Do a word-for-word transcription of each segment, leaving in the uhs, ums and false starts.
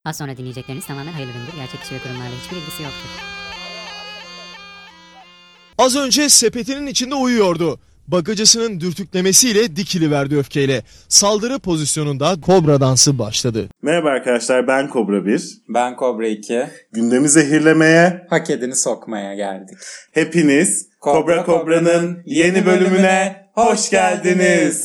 Az sonra dinleyecekleriniz tamamen hayırlı üründür. Gerçek kişi ve kurumlarla hiçbir ilgisi yoktur. Az önce sepetinin içinde uyuyordu. Bagacısının dürtüklemesiyle dikiliverdi öfkeyle. Saldırı pozisyonunda kobra dansı başladı. Merhaba arkadaşlar, ben Kobra bir. Ben Kobra iki. Gündemi zehirlemeye, hak edeni sokmaya geldik. hepiniz Kobra Kobra'nın yeni bölümüne hoş geldiniz.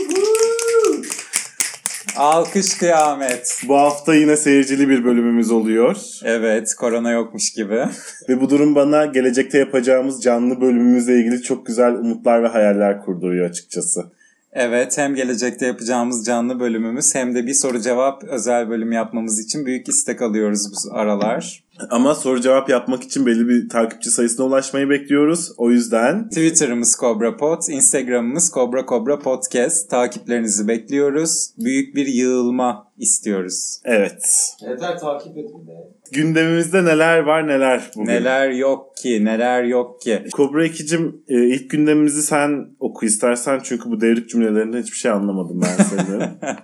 Alkış kıyamet. Bu hafta yine seyircili bir bölümümüz oluyor. Evet, korona yokmuş gibi. Ve bu durum bana gelecekte yapacağımız canlı bölümümüzle ilgili çok güzel umutlar ve hayaller kurduruyor açıkçası. Evet, hem gelecekte yapacağımız canlı bölümümüz hem de bir soru cevap özel bölüm yapmamız için büyük istek alıyoruz bu aralar. Ama soru cevap yapmak için belli bir takipçi sayısına ulaşmayı bekliyoruz. O yüzden Twitter'ımız KobraPod, Instagram'ımız Kobra Kobra Podcast. Takiplerinizi bekliyoruz. Büyük bir yığılma istiyoruz. evet. Yeter takip edin de. Gündemimizde neler var neler bugün. Neler yok ki, neler yok ki. Kobra ikicim, ilk gündemimizi sen oku istersen, çünkü bu devrik cümlelerinden hiçbir şey anlamadım ben senin.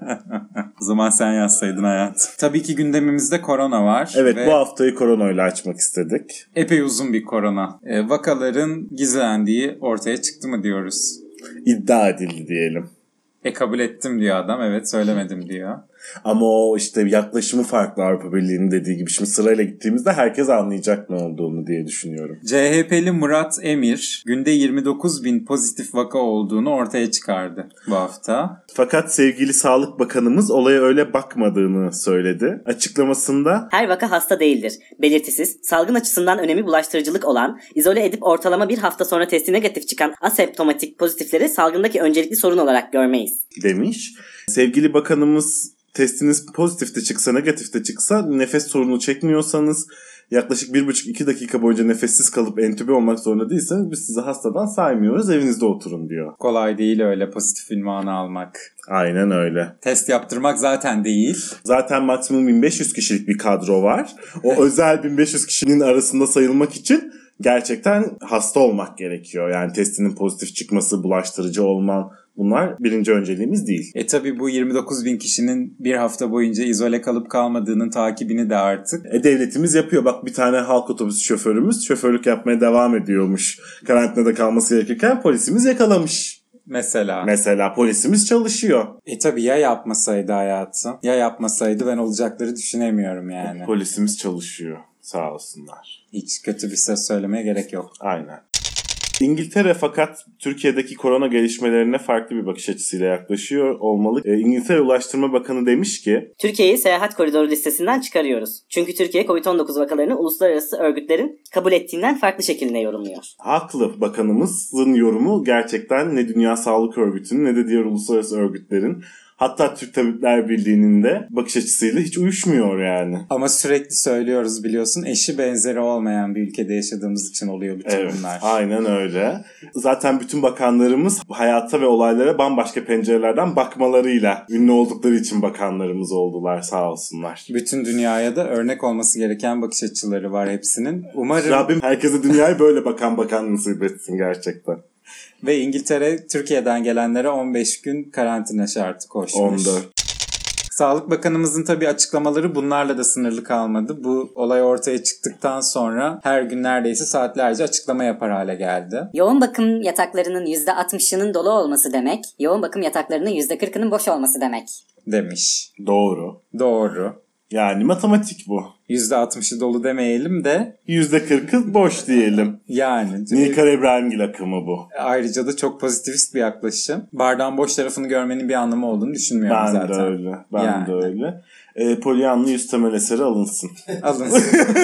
O zaman sen yazsaydın hayat. Tabii ki gündemimizde korona var. Evet, ve bu haftayı koronayla açmak istedik. epey uzun bir korona. E, vakaların gizlendiği ortaya çıktı mı diyoruz. İddia edildi diyelim. E kabul ettim diyor adam. Evet, söylemedim diyor. Ama o işte yaklaşımı farklı Avrupa Birliği'nin dediği gibi. Şimdi sırayla gittiğimizde herkes anlayacak ne olduğunu diye düşünüyorum. C H P'li Murat Emir günde yirmi dokuz bin pozitif vaka olduğunu ortaya çıkardı bu hafta. Fakat sevgili Sağlık Bakanımız olaya öyle bakmadığını söyledi. Açıklamasında her vaka hasta değildir. Belirtisiz, salgın açısından önemi bulaştırıcılık olan, izole edip ortalama bir hafta sonra testi negatif çıkan asemptomatik pozitifleri salgındaki öncelikli sorun olarak görmeyiz demiş. Sevgili Bakanımız, testiniz pozitif de çıksa negatif de çıksa, nefes sorunu çekmiyorsanız, yaklaşık bir buçuk iki dakika boyunca nefessiz kalıp entübe olmak zorunda değilseniz biz sizi hastadan saymıyoruz, evinizde oturun diyor. Kolay değil öyle pozitif ünvanı almak. Aynen öyle. Test yaptırmak zaten değil. Zaten maksimum bin beş yüz kişilik bir kadro var. O özel bin beş yüz kişinin arasında sayılmak için gerçekten hasta olmak gerekiyor. Yani testinin pozitif çıkması, bulaştırıcı olman, bunlar birinci önceliğimiz değil. E tabi bu yirmi dokuz bin kişinin bir hafta boyunca izole kalıp kalmadığının takibini de artık E devletimiz yapıyor. Bak, bir tane halk otobüsü şoförümüz şoförlük yapmaya devam ediyormuş. Karantinada kalması gerekirken polisimiz yakalamış. mesela. Mesela polisimiz çalışıyor. E tabi ya yapmasaydı hayatım. Ya yapmasaydı ben olacakları düşünemiyorum yani. Polisimiz çalışıyor. Sağ olsunlar. Hiç kötü bir söz söylemeye gerek yok. Aynen. İngiltere fakat Türkiye'deki korona gelişmelerine farklı bir bakış açısıyla yaklaşıyor olmalı. E, İngiltere Ulaştırma Bakanı demiş ki, Türkiye'yi seyahat koridoru listesinden çıkarıyoruz. Çünkü Türkiye kovid on dokuz vakalarını uluslararası örgütlerin kabul ettiğinden farklı şekilde yorumluyor. haklı bakanımızın yorumu gerçekten ne Dünya Sağlık Örgütü'nün ne de diğer uluslararası örgütlerin, hatta Türk Tabipler Birliği'nin de bakış açısıyla hiç uyuşmuyor yani. Ama sürekli söylüyoruz biliyorsun, eşi benzeri olmayan bir ülkede yaşadığımız için oluyor bütün Evet, bunlar. aynen öyle. Zaten bütün bakanlarımız hayata ve olaylara bambaşka pencerelerden bakmalarıyla ünlü oldukları için bakanlarımız oldular, sağ olsunlar. Bütün dünyaya da örnek olması gereken bakış açıları var hepsinin. Umarım Rabbim herkese dünyaya böyle bakan bakan nasip etsin gerçekten. ve İngiltere Türkiye'den gelenlere on beş gün karantina şartı koşmuş. on dört. Sağlık Bakanımızın tabii açıklamaları bunlarla da sınırlı kalmadı. Bu olay ortaya çıktıktan sonra her gün neredeyse saatlerce açıklama yapar hale geldi. Yoğun bakım yataklarının yüzde altmışının dolu olması demek, yoğun bakım yataklarının yüzde kırkının boş olması demek. Demiş. Doğru. Doğru. Yani matematik bu. yüzde altmışı dolu demeyelim de yüzde kırkı boş diyelim. yani. Nilkar İbrahimgil akımı bu. Ayrıca da çok pozitivist bir yaklaşım. Bardağın boş tarafını görmenin bir anlamı olduğunu düşünmüyorum Ben zaten. de öyle. Ben Yani. de öyle. E, Polyanlı yüz temel eseri alınsın. Alınsın.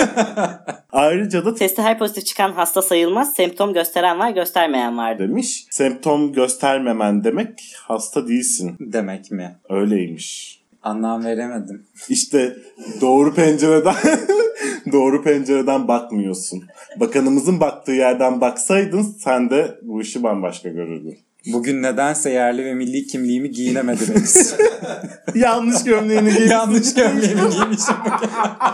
Ayrıca da Testi her pozitif çıkan hasta sayılmaz, semptom gösteren var, göstermeyen var demiş, semptom göstermemen demek hasta değilsin. Demek mi? Öyleymiş. Anlam veremedim. İşte doğru pencereden doğru pencereden bakmıyorsun. Bakanımızın baktığı yerden baksaydın sen de bu işi bambaşka görürdün. Bugün nedense yerli ve milli kimliğimi giyinemedim henüz. Yanlış gömleğini giymişsin. Yanlış gömleğimi giymişim bugün.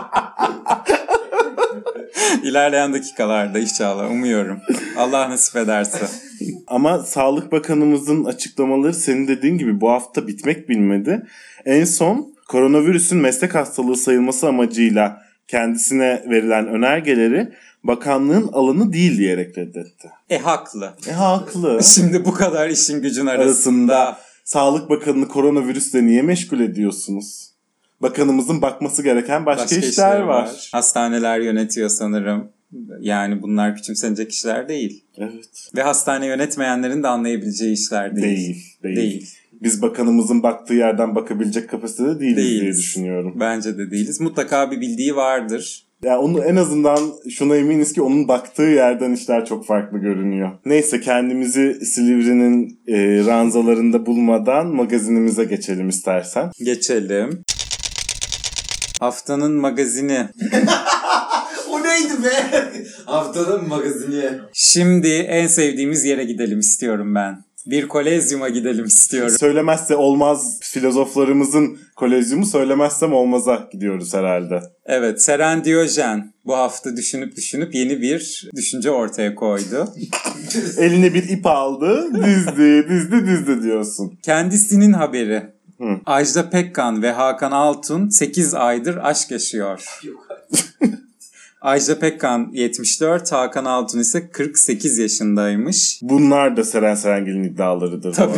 İlerleyen dakikalarda inşallah, umuyorum. Allah nasip ederse. Ama Sağlık Bakanımızın açıklamaları senin dediğin gibi bu hafta bitmek bilmedi. En son koronavirüsün meslek hastalığı sayılması amacıyla kendisine verilen önergeleri bakanlığın alanı değil diyerek reddetti. E haklı. E haklı. Şimdi bu kadar işin gücün arasında. arasında Sağlık Bakanı'nı koronavirüsle niye meşgul ediyorsunuz? Bakanımızın bakması gereken başka, başka işler, işler var. var. Hastaneler yönetiyor sanırım. Yani bunlar küçümsenecek işler değil. Evet. Ve hastane yönetmeyenlerin de anlayabileceği işler değil. Değil. Değil. değil. Biz bakanımızın baktığı yerden bakabilecek kapasitede değiliz, değiliz diye düşünüyorum. Bence de değiliz. Mutlaka bir bildiği vardır. Yani onu en azından şuna eminiz ki onun baktığı yerden işler çok farklı görünüyor. Neyse kendimizi Silivri'nin e, ranzalarında bulmadan magazinimize geçelim istersen. Geçelim. Haftanın magazini. O neydi be? Haftanın magazini. Şimdi en sevdiğimiz yere gidelim istiyorum ben. Bir kolezyuma gidelim istiyorum. Söylemezse olmaz filozoflarımızın kolezyumu, söylemezsem olmaza gidiyoruz herhalde. Evet, Seren Diyojen bu hafta düşünüp düşünüp yeni bir düşünce ortaya koydu. Eline bir ip aldı, dizdi, dizdi, dizdi diyorsun. Kendisinin haberi. Hı. Ajda Pekkan ve Hakan Altun sekiz aydır aşk yaşıyor. Ajda Pekkan yetmiş dört, Hakan Altun ise kırk sekiz yaşındaymış. Bunlar da Seren Serengil'in iddialarıdır. Tabii.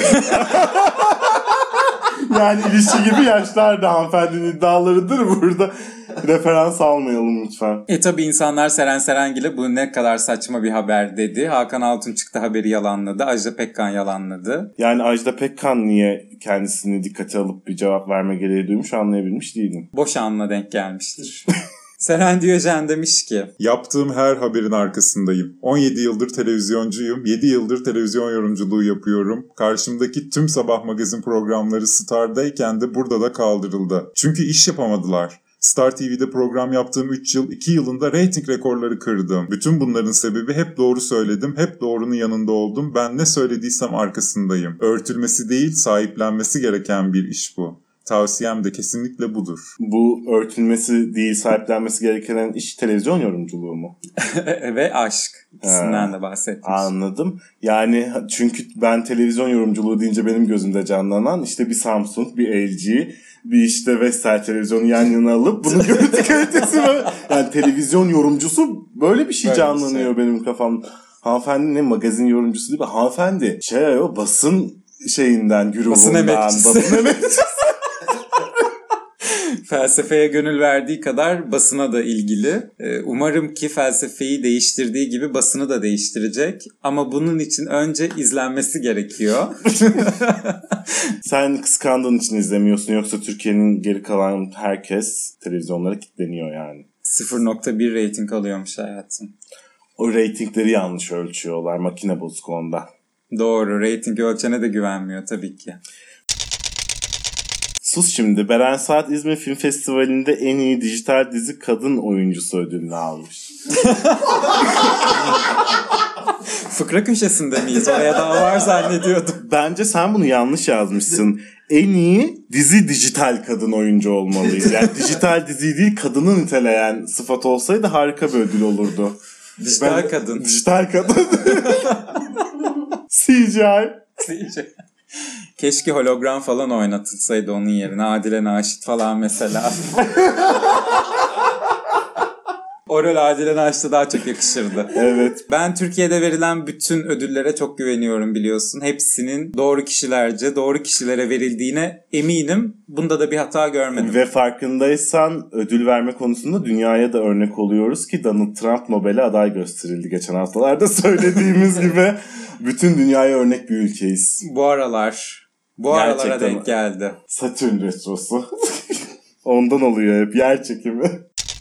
Yani ilişki gibi yaşlar da hanımefendinin iddialarıdır. Burada referans almayalım lütfen. E tabi insanlar Seren Serengil'e bu ne kadar saçma bir haber dedi. Hakan Altun çıktı, haberi yalanladı. Ajda Pekkan yalanladı. Yani Ajda Pekkan niye kendisini dikkate alıp bir cevap verme gereği duymuş anlayabilmiş değilim. Boş anla denk gelmiştir. Seren Diyojen demiş ki: yaptığım her haberin arkasındayım. on yedi yıldır televizyoncuyum. yedi yıldır televizyon yorumculuğu yapıyorum. Karşımdaki tüm sabah magazin programları Star'dayken de burada da kaldırıldı. Çünkü iş yapamadılar. Star T V'de program yaptığım üç yıl, iki yılında reyting rekorları kırdım. Bütün bunların sebebi hep doğru söyledim, hep doğrunun yanında oldum. Ben ne söylediysem arkasındayım. Örtülmesi değil, sahiplenmesi gereken bir iş bu. Tavsiyem de kesinlikle budur. Bu örtülmesi değil, sahiplenmesi gereken iş televizyon yorumculuğu mu? Ve aşk. İkisinden ha, de bahsetmiş. Anladım. Yani çünkü ben televizyon yorumculuğu deyince benim gözümde canlanan işte bir Samsung, bir L G, bir işte Vestel televizyonu yan yana alıp bunun görüntü kalitesi mi? Yani televizyon yorumcusu böyle bir şey böyle canlanıyor bir şey. Benim kafamda. Hanımefendi ne magazin yorumcusu değil mi? Hanımefendi şey o basın şeyinden, grubundan. Basın emekçisi. Basın emekçisi. Felsefeye gönül verdiği kadar basına da ilgili. Umarım ki felsefeyi değiştirdiği gibi basını da değiştirecek. Ama bunun için önce izlenmesi gerekiyor. Sen kıskandığın için izlemiyorsun, yoksa Türkiye'nin geri kalan herkes televizyonlara kilitleniyor yani. sıfır nokta bir reyting alıyormuş hayatım. O reytingleri yanlış ölçüyorlar. Makine bozuk onda. Doğru. Reyting ölçene de güvenmiyor tabii ki. Sus şimdi. Beren Saat İzmir Film Festivali'nde en iyi dijital dizi kadın oyuncusu ödülünü almış. Fıkra köşesinde miyiz? Oraya daha var zannediyordum. Bence sen bunu yanlış yazmışsın. En iyi dizi dijital kadın oyuncu olmalıydı. Yani dijital dizi değil, kadını niteleyen sıfat olsaydı harika bir ödül olurdu. Dijital ben, kadın. Dijital kadın. C G I. C G I. Keşke hologram falan oynatılsaydı onun yerine. Adile Naşit falan mesela. O rol Adile Naşit'e daha çok yakışırdı. Evet. Ben Türkiye'de verilen bütün ödüllere çok güveniyorum biliyorsun. Hepsinin doğru kişilerce, doğru kişilere verildiğine eminim. Bunda da bir hata görmedim. Ve farkındaysan ödül verme konusunda dünyaya da örnek oluyoruz ki Donald Trump Nobel'e aday gösterildi geçen haftalarda söylediğimiz gibi. Bütün dünyaya örnek bir ülkeyiz. Bu aralar, bu Gerçekten aralara denk geldi. Satürn retrosu. Ondan oluyor hep yer çekimi.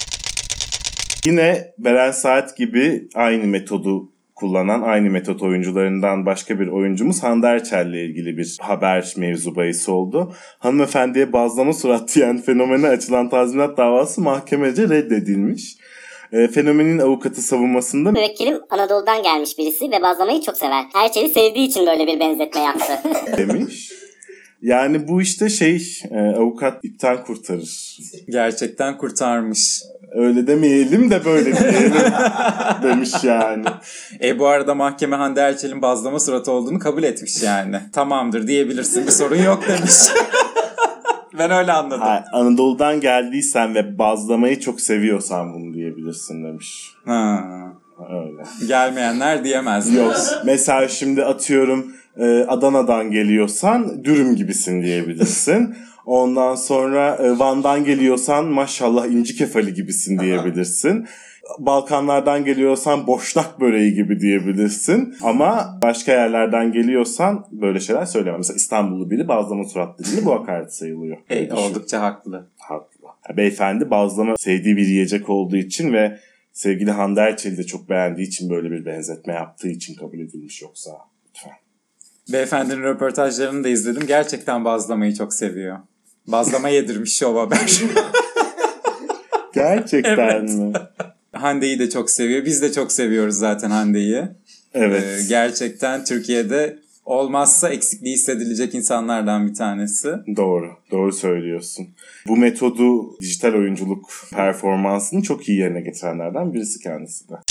Yine Beren Saat gibi aynı metodu kullanan, aynı metot oyuncularından başka bir oyuncumuz Hande Erçel'le ilgili bir haber mevzu bahis oldu. Hanımefendiye bazlama surat diyen fenomene açılan tazminat davası mahkemece reddedilmiş. E, fenomenin avukatı savunmasında müvekkilim Anadolu'dan gelmiş birisi ve bazlamayı çok sever. Erçel'i sevdiği için böyle bir benzetme yaptı. demiş. Yani bu işte şey e, avukat ipten kurtarır. Gerçekten kurtarmış. Öyle demeyelim de böyle diyelim demiş yani. E bu arada mahkeme Hande Erçel'in bazlama suratı olduğunu kabul etmiş yani. Tamamdır diyebilirsin, bir sorun yok demiş. Ben öyle anladım. Ha, Anadolu'dan geldiysen ve bazlamayı çok seviyorsan bunu diyebilirsin demiş. Ha. Öyle. Gelmeyenler diyemez. Yok. Mesela şimdi atıyorum e, Adana'dan geliyorsan dürüm gibisin diyebilirsin. Ondan sonra e, Van'dan geliyorsan maşallah inci kefali gibisin diyebilirsin. Balkanlardan geliyorsan boşnak böreği gibi diyebilirsin. Ama başka yerlerden geliyorsan böyle şeyler söyleme. Mesela İstanbullu biri bazlama suratlı biri bu hakaret sayılıyor. E, oldukça haklı. Haklı. Beyefendi bazlama sevdiği bir yiyecek olduğu için ve sevgili Hande Erçel'i de çok beğendiği için böyle bir benzetme yaptığı için kabul edilmiş, yoksa lütfen. Beyefendinin röportajlarını da izledim. Gerçekten bazlamayı çok seviyor. Bazlama yedirmiş Şov Haber. Gerçekten Evet. mi? Hande'yi de çok seviyor. Biz de çok seviyoruz zaten Hande'yi. Evet. Ee, gerçekten Türkiye'de olmazsa eksikliği hissedilecek insanlardan bir tanesi. Doğru. Doğru söylüyorsun. Bu metodu dijital oyunculuk performansını çok iyi yerine getirenlerden birisi kendisi de.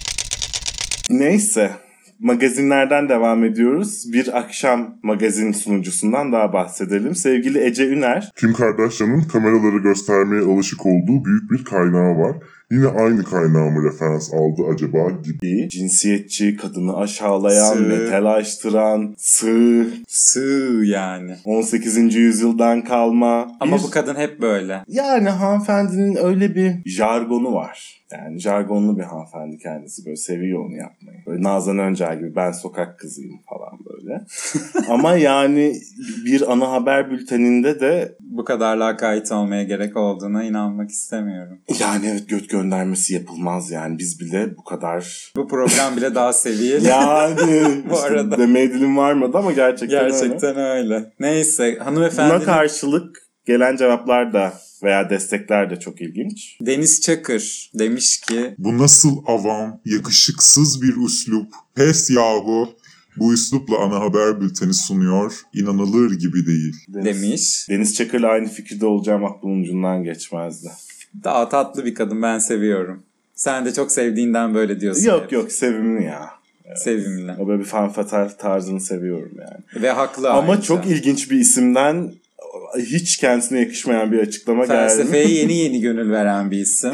Neyse. Magazinlerden devam ediyoruz. Bir akşam magazin sunucusundan daha bahsedelim. Sevgili Ece Üner. Kim Kardashian'ın kameraları göstermeye alışık olduğu büyük bir kaynağı var. Yine aynı kaynağı mı referans aldı acaba gibi. Cinsiyetçi, kadını aşağılayan, Sığ. metalaştıran, sığ. Sığ yani. on sekizinci yüzyıldan kalma. Ama bir... bu kadın hep böyle. Yani hanımefendinin öyle bir jargonu var. Yani jargonlu bir hanımefendi kendisi. Böyle seviyor onu yapmayı. Böyle Nazan Öncel gibi ben sokak kızıyım falan böyle. Ama yani bir ana haber bülteninde de Bu kadar lakayt olmaya gerek olduğuna inanmak istemiyorum. yani evet göt göndermesi yapılmaz yani. Biz bile bu kadar... Bu program bile daha seviyeli. Yani Bu işte arada. demeye dilim varmadı ama gerçekten, Gerçekten öyle. öyle. Neyse hanımefendi. Buna karşılık gelen cevaplar da veya destekler de çok ilginç. Deniz Çakır demiş ki Bu nasıl avam, yakışıksız bir üslup. Pes yahu. Bu üslupla ana haber bülteni sunuyor. İnanılır gibi değil. Deniz, demiş. Deniz Çakır'la aynı fikirde olacağım aklımın ucundan geçmezdi. Daha tatlı bir kadın, ben seviyorum. Sen de çok sevdiğinden böyle diyorsun. Yok hep. yok sevimli ya. Evet. Sevimli. O böyle bir fan fatal tarzını seviyorum yani. Ve haklı Ama ayrıca. çok ilginç bir isimden hiç kendisine yakışmayan bir açıklama geldi. Felsefeye yeni yeni gönül veren bir isim.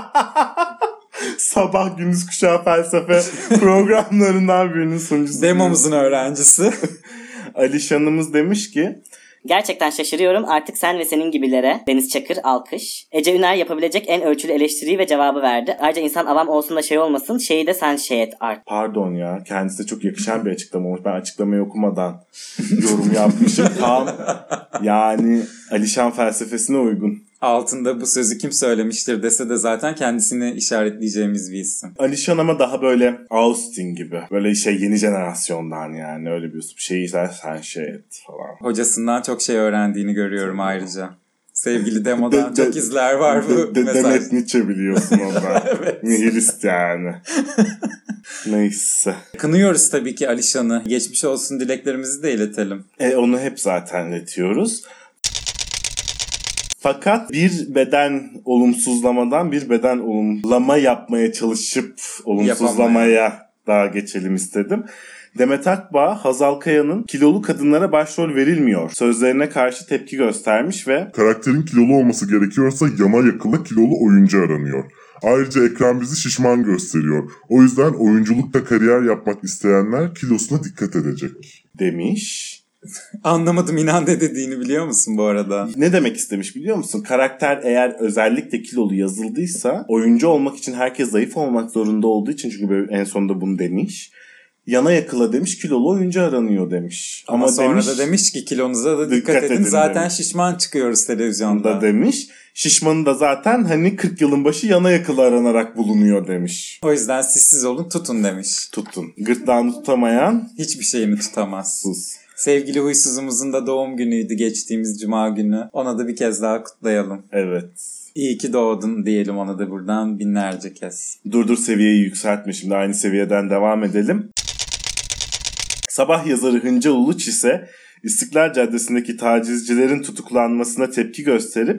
Sabah gündüz kuşağı felsefe programlarından birinin sunucusu. Demomuzun öğrencisi. Alişan'ımız demiş ki Gerçekten şaşırıyorum artık sen ve senin gibilere. Deniz Çakır alkış. Ece Üner yapabilecek en ölçülü eleştiriyi ve cevabı verdi. Ayrıca insan avam olsun da şey olmasın. Şeyi de sen şey et art. pardon ya kendisi de çok yakışan bir açıklama olmuş. Ben açıklamayı okumadan yorum yapmışım. Tam yani Alişan felsefesine uygun. Altında bu sözü kim söylemiştir dese de zaten kendisini işaretleyeceğimiz bir isim. Alişan ama daha böyle Austin gibi. Böyle şey yeni jenerasyondan yani. Öyle bir şeyi sen, sen şey et falan. Hocasından çok şey öğrendiğini görüyorum ayrıca. Sevgili Demo'dan De- de- çok izler var bu de- de- mesaj. Demet Nietzsche biliyorsun ondan. Evet. Nihilist yani. Neyse. Kınıyoruz tabii ki Alişan'ı. Geçmiş olsun dileklerimizi de iletelim. E, onu hep zaten iletiyoruz. Fakat bir beden olumsuzlamadan bir beden olumlama yapmaya çalışıp olumsuzlamaya daha geçelim istedim. Demet Akbağ, Hazal Kaya'nın kilolu kadınlara başrol verilmiyor sözlerine karşı tepki göstermiş ve Karakterin kilolu olması gerekiyorsa yana yakıla kilolu oyuncu aranıyor. Ayrıca ekran bizi şişman gösteriyor. O yüzden oyunculukta kariyer yapmak isteyenler kilosuna dikkat edecek. demiş. Anlamadım inan ne dediğini biliyor musun bu arada? Ne demek istemiş biliyor musun? Karakter eğer özellikle kilolu yazıldıysa oyuncu olmak için herkes zayıf olmak zorunda olduğu için, çünkü böyle en sonunda bunu demiş. Yana yakıla demiş, kilolu oyuncu aranıyor demiş. Ama, Ama sonra demiş, da demiş ki kilonuza da dikkat, Dikkat edin. edin Zaten demiş. şişman çıkıyoruz televizyonda. da demiş. Şişmanı da zaten hani kırk yılın başı yana yakıla aranarak bulunuyor demiş. O yüzden sissiz olun tutun demiş. Tutun. Gırtlağını tutamayan Hiçbir şeyini tutamaz. sus. Sevgili huysuzumuzun da doğum günüydü geçtiğimiz cuma günü. Ona da bir kez daha kutlayalım. Evet. İyi ki doğdun diyelim ona da buradan binlerce kez. Dur dur seviyeyi yükseltme, şimdi aynı seviyeden devam edelim. Sabah yazarı Hınca Uluç ise İstiklal Caddesi'ndeki tacizcilerin tutuklanmasına tepki gösterip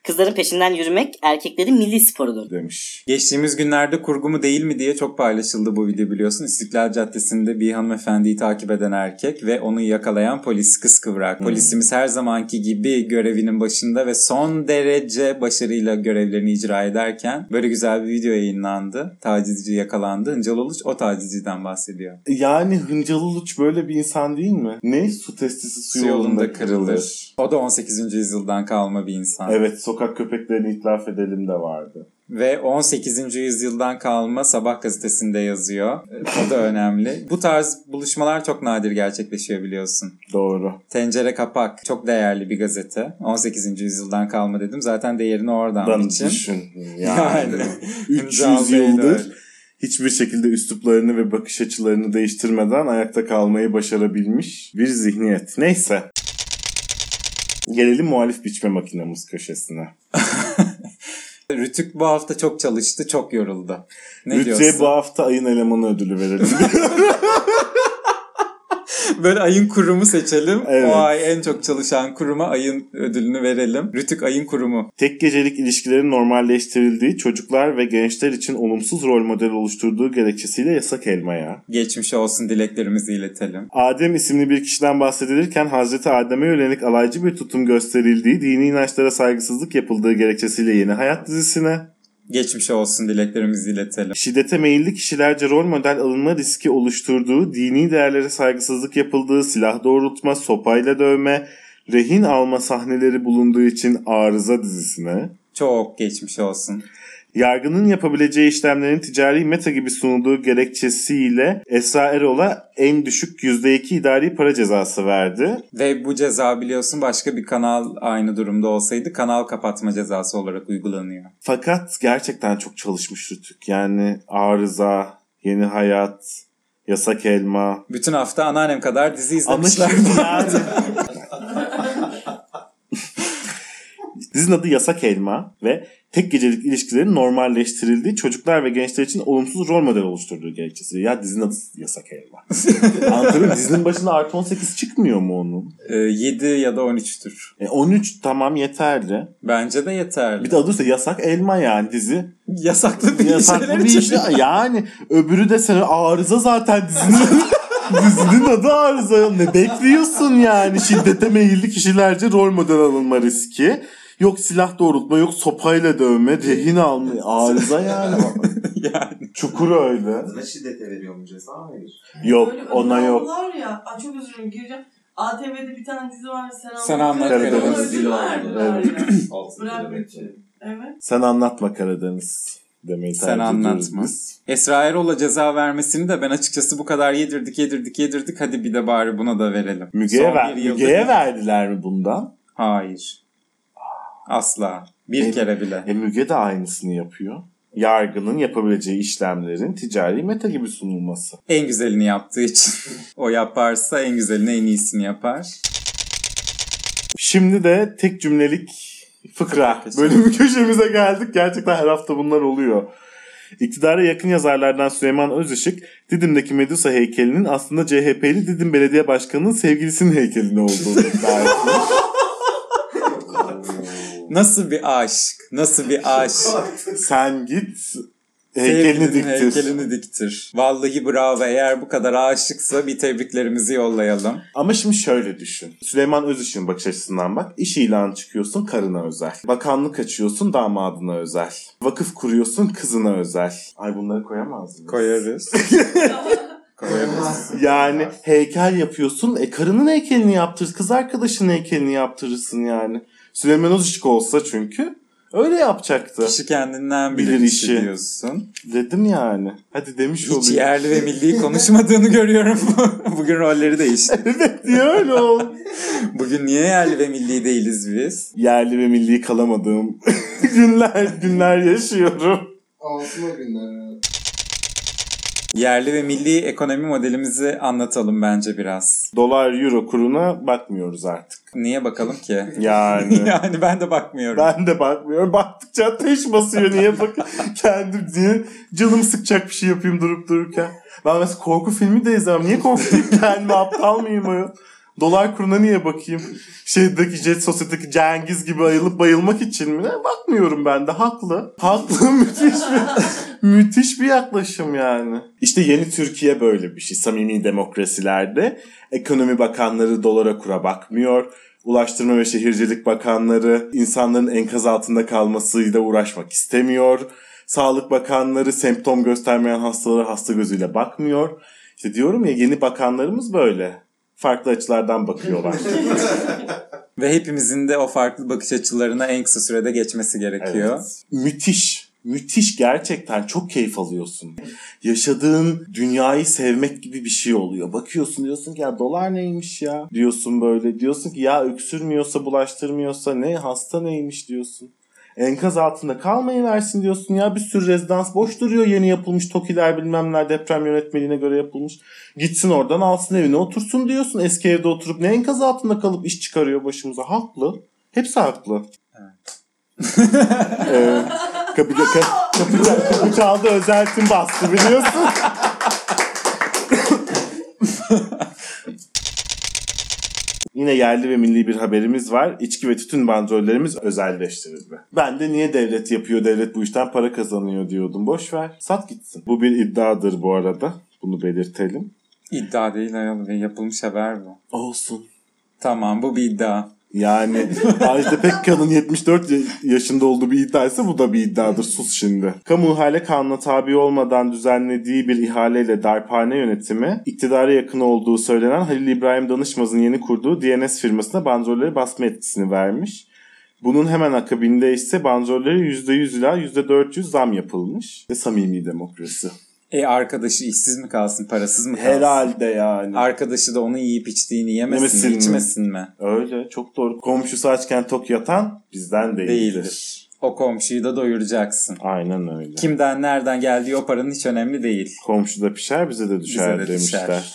Kızların peşinden yürümek erkeklerin milli sporudur demiş. Geçtiğimiz günlerde kurgu mu değil mi diye çok paylaşıldı bu video biliyorsun. İstiklal Caddesi'nde bir hanımefendiyi takip eden erkek ve onu yakalayan polis kıskıvrak. Hmm. Polisimiz her zamanki gibi görevinin başında ve son derece başarıyla görevlerini icra ederken böyle güzel bir video yayınlandı. Tacizci yakalandı. Hıncal Uluç o tacizciden bahsediyor. Yani Hıncal Uluç böyle bir insan değil mi? Ne? Su testisi su, su yolunda, yolunda kırılır. kırılır. O da on sekizinci yüzyıldan kalma bir insan. Evet, sokak köpeklerini itlaf edelim de vardı. Ve on sekizinci yüzyıldan kalma Sabah gazetesinde yazıyor. O da önemli. Bu tarz buluşmalar çok nadir gerçekleşiyor biliyorsun. Doğru. Tencere Kapak çok değerli bir gazete. on sekizinci yüzyıldan kalma dedim. Zaten değerini oradan Dan için. Düşün. Yani, yani üç yüz yıldır hiçbir şekilde üsluplarını ve bakış açılarını değiştirmeden ayakta kalmayı başarabilmiş bir zihniyet. Neyse. Gelelim muhalif biçme makinamız köşesine. Rütük bu hafta çok çalıştı, çok yoruldu. Ne Rütük'e diyorsun? bu hafta ayın elemanı ödülü verelim. Böyle ayın kurumu seçelim. Evet. O ay en çok çalışan kuruma ayın ödülünü verelim. Rütük ayın kurumu. Tek gecelik ilişkilerin normalleştirildiği, çocuklar ve gençler için olumsuz rol model oluşturduğu gerekçesiyle yasak elmaya. Geçmiş olsun dileklerimizi iletelim. Adem isimli bir kişiden bahsedilirken Hazreti Adem'e yönelik alaycı bir tutum gösterildiği, dini inançlara saygısızlık yapıldığı gerekçesiyle Yeni Hayat dizisine. Geçmiş olsun dileklerimizi iletelim. Şiddete meyilli kişilerce rol model alınma riski oluşturduğu, dini değerlere saygısızlık yapıldığı, silah doğrultma, sopayla dövme, rehin alma sahneleri bulunduğu için Arıza dizisine. Çok geçmiş olsun. Yargının yapabileceği işlemlerin ticari meta gibi sunulduğu gerekçesiyle Esra Erol'a en düşük yüzde iki idari para cezası verdi. Ve bu ceza biliyorsun başka bir kanal aynı durumda olsaydı kanal kapatma cezası olarak uygulanıyor. Fakat gerçekten çok çalışmış Rütük. Yani Arıza, Yeni Hayat, Yasak Elma. Bütün hafta anneannem kadar dizi izlemişler. Yani. Dizinin adı Yasak Elma ve tek gecelik ilişkilerin normalleştirildiği, çocuklar ve gençler için olumsuz rol model oluşturduğu gerekçesi. Ya dizinin adı Yasak Elma. Anlatabiliyor. Dizinin başında artı on sekiz çıkmıyor mu onun? E, yedi ya da on üçtür. E, on üç tamam yeterli. Bence de yeterli. Bir de adı ise Yasak Elma yani dizi. Yasaklı bir Yasaklı bir işte. Yani öbürü de sana Arıza zaten dizinin. Dizinin adı Arıza. Ne bekliyorsun yani? Şiddete meyilli kişilerce rol model alınma riski. Yok silah doğrultma, yok sopayla dövme, rehin alma. Arıza yani. Yani. Çukur öyle. Adına şiddete veriyor mu ceza? Hayır. Yok böyle ona yok. Var ya, ay çok özür dilerim gireceğim. A T V'de bir tane dizi var. Sen, Sen anlat Karadeniz. Ödül verdiler Evet. ya. Bırak. Evet. Sen anlatma Karadeniz demeyi Sen tercih anlatma. biz. Esra Erol'a ceza vermesini de ben açıkçası bu kadar yedirdik yedirdik yedirdik hadi bir de bari buna da verelim. Müge'ye, ver, Müge'ye verdiler mi bundan? Hayır. Asla. Bir e, kere bile. E Müge de aynısını yapıyor. Yargının yapabileceği işlemlerin ticari meta gibi sunulması. En güzelini yaptığı için. O yaparsa en güzelini en iyisini yapar. Şimdi de tek cümlelik fıkra bölümü köşemize geldik. Gerçekten her hafta bunlar oluyor. İktidara yakın yazarlardan Süleyman Özışık, Didim'deki Medusa heykelinin aslında C H P'li Didim Belediye Başkanı'nın sevgilisinin heykelini olduğunu iddia etmiş. Nasıl bir aşk? Nasıl bir aşk? Sen git heykelini diktir. Heykelini diktir. Vallahi bravo. Eğer bu kadar aşıksa bir tebriklerimizi yollayalım. Ama şimdi şöyle düşün. Süleyman Özışık'ın bakış açısından bak. İş ilanı çıkıyorsun karına özel. Bakanlık açıyorsun damadına özel. Vakıf kuruyorsun kızına özel. Ay bunları koyamaz mıyız? Koyarız. Koyarız. Yani heykel yapıyorsun. E karının heykelini yaptırırsın. Kız arkadaşının heykelini yaptırırsın yani. Süleyman Özışık olsa çünkü öyle yapacaktı. Kişi kendinden bilir, bilir işi diyorsun. Dedim yani. Hadi demiş olayım. Hiç yerli ve milli konuşmadığını görüyorum. Bugün rolleri değişti. Evet niye öyle oldu? Bugün niye yerli ve milli değiliz biz? Yerli ve milli kalamadığım günler günler yaşıyorum. Ağzıma günler. Yerli ve milli ekonomi modelimizi anlatalım bence biraz. Dolar euro kuruna bakmıyoruz artık. Niye bakalım ki? Yani. yani ben de bakmıyorum. Ben de bakmıyorum. Baktıkça ateş basıyor. Niye bak? Kendim diye canım sıkacak bir şey yapayım durup dururken. Ben mesela korku filmi de izlemem. Niye korkuyum? Kendime aptal mıyım? Dolar kuruna niye bakayım? Şeydeki Jet Sosyete'deki Cengiz gibi ayılıp bayılmak için mi? Ne? Bakmıyorum ben de. Haklı. Haklı. Müthiş bir, müthiş bir yaklaşım yani. İşte yeni Türkiye böyle bir şey. Samimi demokrasilerde ekonomi bakanları dolara kura bakmıyor. Ulaştırma ve Şehircilik Bakanları insanların enkaz altında kalmasıyla uğraşmak istemiyor. Sağlık bakanları semptom göstermeyen hastalara hasta gözüyle bakmıyor. İşte diyorum ya, yeni bakanlarımız böyle. Farklı açılardan bakıyorlar. Ve hepimizin de o farklı bakış açılarına en kısa sürede geçmesi gerekiyor. Evet. Müthiş. Müthiş, gerçekten çok keyif alıyorsun. Yaşadığın dünyayı sevmek gibi bir şey oluyor. Bakıyorsun, diyorsun ki ya dolar neymiş ya? Diyorsun böyle. Diyorsun ki ya öksürmüyorsa, bulaştırmıyorsa ne, hasta neymiş diyorsun. Enkaz altında kalmayı versin diyorsun ya. Bir sürü rezidans boş duruyor. Yeni yapılmış TOKİ'ler bilmem neler deprem yönetmeliğine göre yapılmış. Gitsin oradan alsın evine otursun diyorsun. Eski evde oturup ne enkaz altında kalıp iş çıkarıyor başımıza. Haklı. Hepsi haklı. Evet. ee, kapı, kapı, kapı, kapı çaldı, özeltim bastı biliyorsun. Yine yerli ve milli bir haberimiz var. İçki ve tütün bandrollerimiz özelleştirildi. Ben de niye devlet yapıyor, devlet bu işten para kazanıyor diyordum. Boş ver, sat gitsin. Bu bir iddiadır bu arada. Bunu belirtelim. İddia değil ayol ve yapılmış haber bu. Olsun. Tamam, bu bir iddia. Yani Ajda Pekkan'ın yetmiş dört yaşında olduğu bir iddiaysa bu da bir iddiadır. Sus şimdi. Kamu ihale kanuna tabi olmadan düzenlediği bir ihaleyle darphane yönetimi, iktidara yakın olduğu söylenen Halil İbrahim Danışmaz'ın yeni kurduğu D N S firmasına bandrolleri basma etkisini vermiş. Bunun hemen akabinde ise bandrollere yüzde yüz ila yüzde dört yüz zam yapılmış. Ve samimi demokrasi. E arkadaşı işsiz mi kalsın, parasız mı kalsın? Herhalde yani. Arkadaşı da onun yiyip içtiğini yemesin, yemesin mi, içmesin mi? Öyle, çok doğru. Komşusu açken tok yatan bizden değildir. Değildir. O komşuyu da doyuracaksın. Aynen öyle. Kimden nereden geldiği o paranın hiç önemli değil. Komşu da pişer, bize de düşer bize de demişler. Düşer.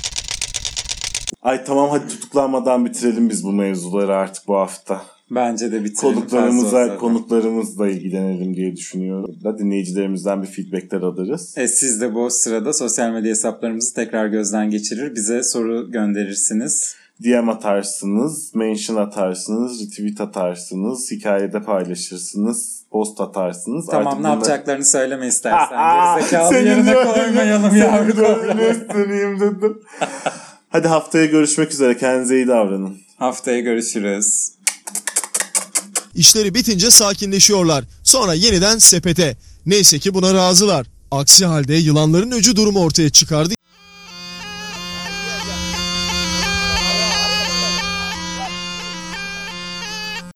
Ay tamam, hadi tutuklanmadan bitirelim biz bu mevzuları artık bu hafta. Bence de bitirelim. Konuklarımıza, konuklarımızla ilgilenelim diye düşünüyorum. Da dinleyicilerimizden bir feedbackler alırız. E siz de bu sırada sosyal medya hesaplarımızı tekrar gözden geçirir. Bize soru gönderirsiniz. D M atarsınız, mention atarsınız, retweet atarsınız, hikayede paylaşırsınız, post atarsınız. Tamam, artık ne bunlar... yapacaklarını söyleme istersen. Gerizekalı yerine koymayalım yavru kobra. dedim. Hadi haftaya görüşmek üzere. Kendinize iyi davranın. Haftaya görüşürüz. İşleri bitince sakinleşiyorlar. Sonra yeniden sepete. Neyse ki buna razılar. Aksi halde yılanların öcü durumu ortaya çıkardı.